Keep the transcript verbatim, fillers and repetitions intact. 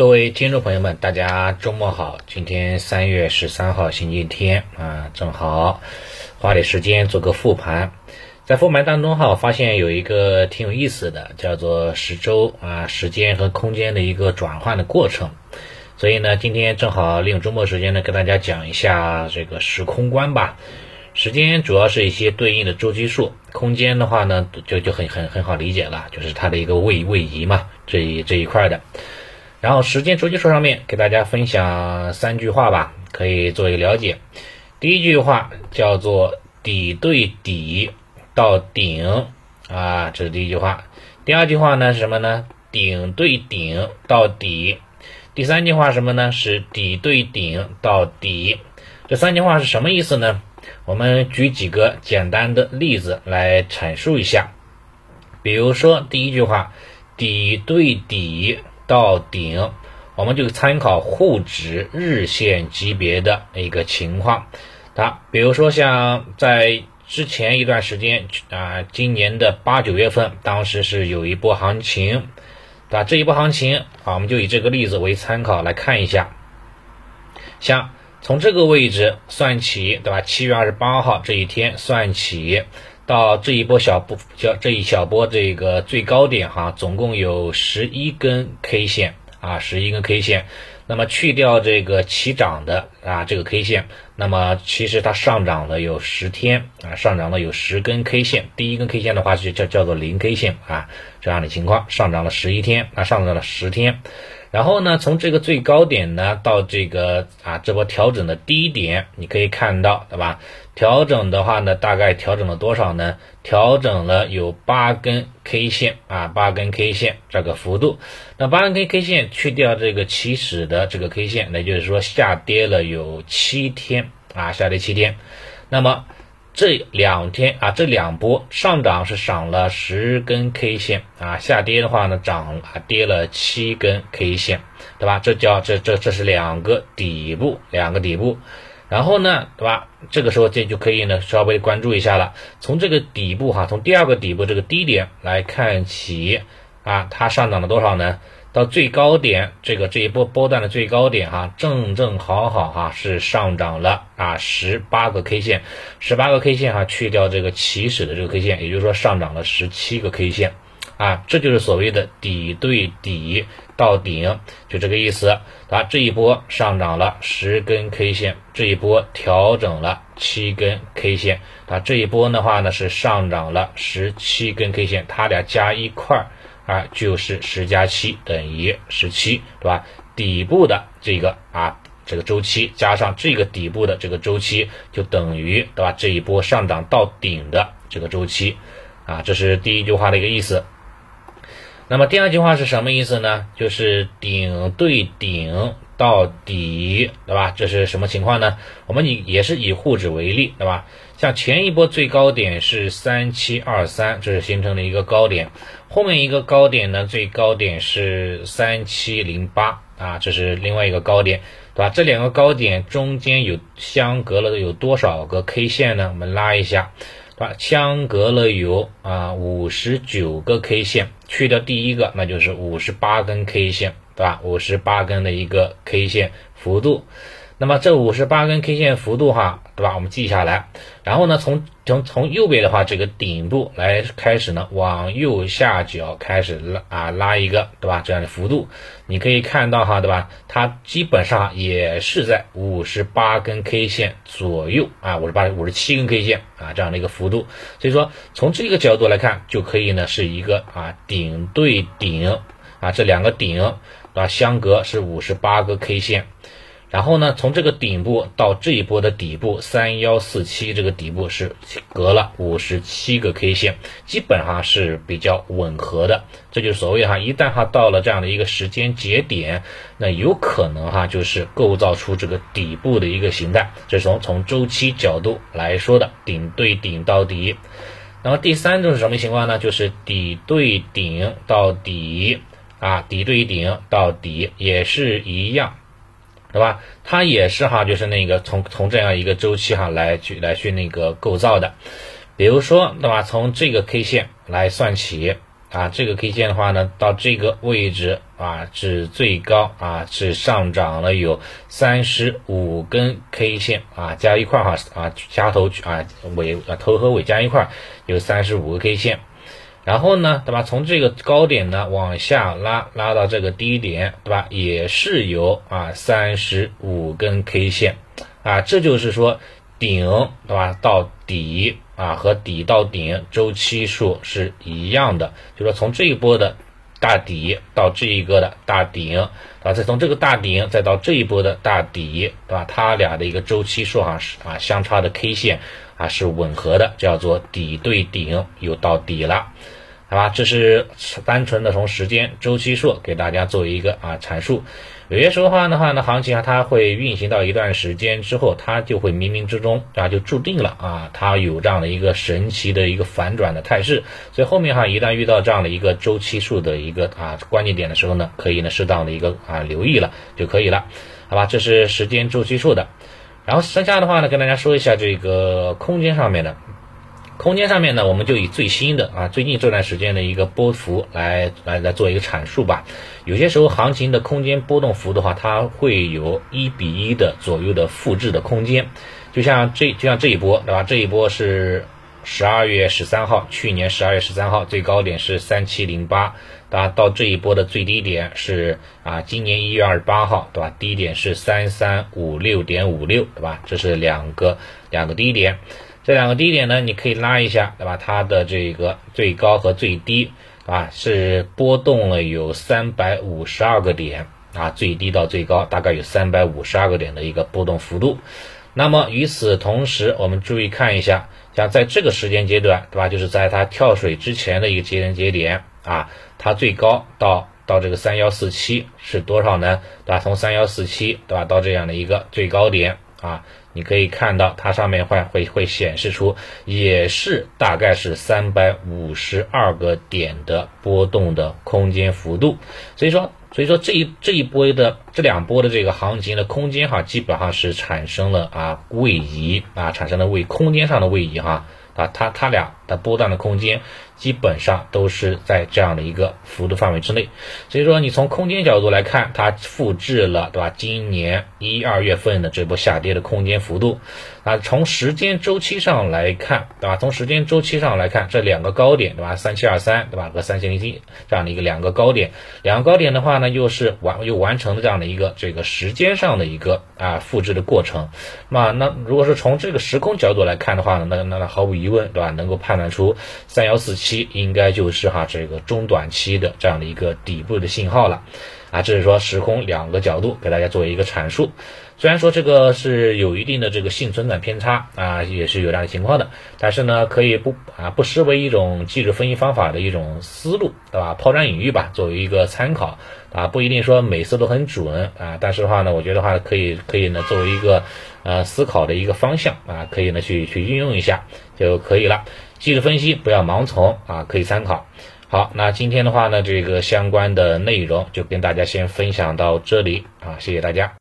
各位听众朋友们，大家周末好！今天三月十三号星期天啊，正好花点时间做个复盘。在复盘当中哈，我发现有一个挺有意思的，叫做时周啊，时间和空间的一个转换的过程。所以呢，今天正好利用周末时间呢，跟大家讲一下这个时空观吧。时间主要是一些对应的周期数，空间的话呢，就就很很很好理解了，就是它的一个位位移嘛，这一这一块的。然后时间周期数上面给大家分享三句话吧，可以做一个了解。第一句话叫做底对底到顶啊，这是第一句话。第二句话呢是什么呢？顶对顶到底。第三句话什么呢？是底对顶到底。这三句话是什么意思呢？我们举几个简单的例子来阐述一下。比如说第一句话，底对底到顶，我们就参考沪指日线级别的一个情况。啊，比如说像在之前一段时间啊，今年的八九月份，当时是有一波行情，对吧？这一波行情啊，我们就以这个例子为参考来看一下。像从这个位置算起，对吧？七月二十八号这一天算起，到这一波小波小这一小波这个最高点哈，总共有十一根 K 线啊，十一根 K 线。那么去掉这个起涨的啊这个 K 线，那么其实它上涨了有十天啊，上涨了有十根 K 线。第一根 K 线的话是叫叫做零 K 线啊，这样的情况上涨了十一天啊，上涨了十天。然后呢，从这个最高点呢到这个啊这波调整的低点，你可以看到，对吧？调整的话呢，大概调整了多少呢？调整了有八根 K 线啊，八根 K 线这个幅度。那八根 K 线去掉这个起始的这个 K 线，那就是说下跌了有七天啊，下跌七天。那么这两天啊，这两波上涨是涨了十根 K 线啊，下跌的话呢，涨啊跌了七根 K 线，对吧？这叫这这这是两个底部，两个底部。然后呢，对吧？这个时候这就可以呢稍微关注一下了。从这个底部哈，从第二个底部这个低点来看起啊，它上涨了多少呢？到最高点，这个这一波波段的最高点哈，正正好好哈是上涨了啊十八个 K 线，十八个 K 线哈，去掉这个起始的这个 K 线，也就是说上涨了十七个 K 线啊，这就是所谓的底对底到顶，就这个意思啊。这一波上涨了十根 K 线，这一波调整了七根 K 线啊，这一波的话呢是上涨了十七根 K 线，它俩加一块儿。啊，就是十加七等于十七，对吧？底部的这个啊，这个周期加上这个底部的这个周期，就等于对吧？这一波上涨到顶的这个周期，啊，这是第一句话的一个意思。那么第二句话是什么意思呢？就是顶对顶到底，对吧？这是什么情况呢？我们以也是以沪指为例，对吧？像前一波最高点是三七二三，这是形成了一个高点，后面一个高点呢，最高点是三七零八啊，这是另外一个高点，对吧？这两个高点中间有相隔了有多少个 K 线呢？我们拉一下，对吧？相隔了有啊五十九个 K 线，去掉第一个，那就是五十八根 K 线，对吧？五十八根的一个 K 线幅度。那么这五十八根 K 线幅度哈，对吧？我们记下来。然后呢，从从从右边的话，这个顶部来开始呢，往右下角开始拉啊拉一个，对吧？这样的幅度，你可以看到哈，对吧？它基本上也是在五十八根 K 线左右啊，五十八、五十七根 K 线啊这样的一个幅度。所以说，从这个角度来看，就可以呢是一个啊顶对顶啊，这两个顶啊相隔是五十八个 K 线。然后呢，从这个顶部到这一波的底部三一四七这个底部是隔了五十七个 K 线，基本上是比较吻合的。这就是所谓哈，一旦哈到了这样的一个时间节点，那有可能哈就是构造出这个底部的一个形态。这是从从周期角度来说的，顶对顶到底。那么第三种是什么情况呢？就是底对顶到底啊，底对顶到底也是一样。对吧？它也是哈，就是那个从从这样一个周期哈来去来去那个构造的。比如说，对吧？从这个 K 线来算起啊，这个 K 线的话呢，到这个位置啊是最高啊，是上涨了有三十五根 K 线啊，加一块哈啊，加头啊尾啊头和尾加一块有三十五个 K 线。然后呢，对吧？从这个高点呢往下拉，拉到这个低点，对吧？也是有啊三十五根 K 线啊，这就是说顶，对吧？到底啊和底到顶周期数是一样的，就是说从这一波的大底到这一个的大顶，对吧？再从这个大顶再到这一波的大底，对吧？它俩的一个周期数哈是啊相差的 K 线啊是吻合的，叫做底对顶又到底了。好吧，这是单纯的从时间周期数给大家做一个啊阐述。有些时候的话的话呢，行情啊它会运行到一段时间之后，它就会冥冥之中啊就注定了啊它有这样的一个神奇的一个反转的态势。所以后面哈一旦遇到这样的一个周期数的一个啊关键点的时候呢，可以呢适当的一个啊留意了就可以了。好吧，这是时间周期数的。然后剩下的话呢，跟大家说一下这个空间上面的。空间上面呢，我们就以最新的啊，最近这段时间的一个波幅来来来做一个阐述吧。有些时候行情的空间波动幅的话，它会有一比一的左右的复制的空间。就像这就像这一波，对吧？这一波是十二月十三号，去年十二月十三号最高点是三七零八，对吧？到这一波的最低点是啊，今年一月二十八号，对吧？低点是三三五六点五六，对吧？这是两个两个低点。这两个低点呢，你可以拉一下，对吧？它的这个最高和最低啊是波动了有三百五十二个点啊，最低到最高大概有三百五十二个点的一个波动幅度。那么与此同时，我们注意看一下，像在这个时间阶段，对吧？就是在它跳水之前的一个节点节点啊，它最高到到这个三一四七是多少呢？对吧？从三一四七，对吧？到这样的一个最高点啊。你可以看到它上面会会会显示出也是大概是三百五十二个点的波动的空间幅度。所以说所以说这一这一波的这两波的这个行情的空间哈，基本上是产生了啊位移啊，产生了位空间上的位移哈啊，它它俩的波段的空间基本上都是在这样的一个幅度范围之内。所以说你从空间角度来看，它复制了，对吧？今年一二月份的这波下跌的空间幅度啊。从时间周期上来看，对吧？从时间周期上来看，这两个高点，对吧？三七二三，对吧？和三七零七这样的一个两个高点，两个高点的话呢，又是完又完成了这样的一个这个时间上的一个啊复制的过程。那那如果是从这个时空角度来看的话呢，那那那毫无疑问，对吧？能够判断出三一四七应该就是哈这个中短期的这样的一个底部的信号了啊。这是说时空两个角度给大家做一个阐述。虽然说这个是有一定的这个幸存感偏差啊，也是有这样的情况的，但是呢，可以不啊不失为一种技术分析方法的一种思路，对吧？抛砖引玉吧，作为一个参考啊，不一定说每次都很准啊，但是的话呢，我觉得话可以可以呢作为一个呃思考的一个方向啊，可以呢去去运用一下就可以了。技术分析不要盲从啊，可以参考。好，那今天的话呢，这个相关的内容就跟大家先分享到这里啊，谢谢大家。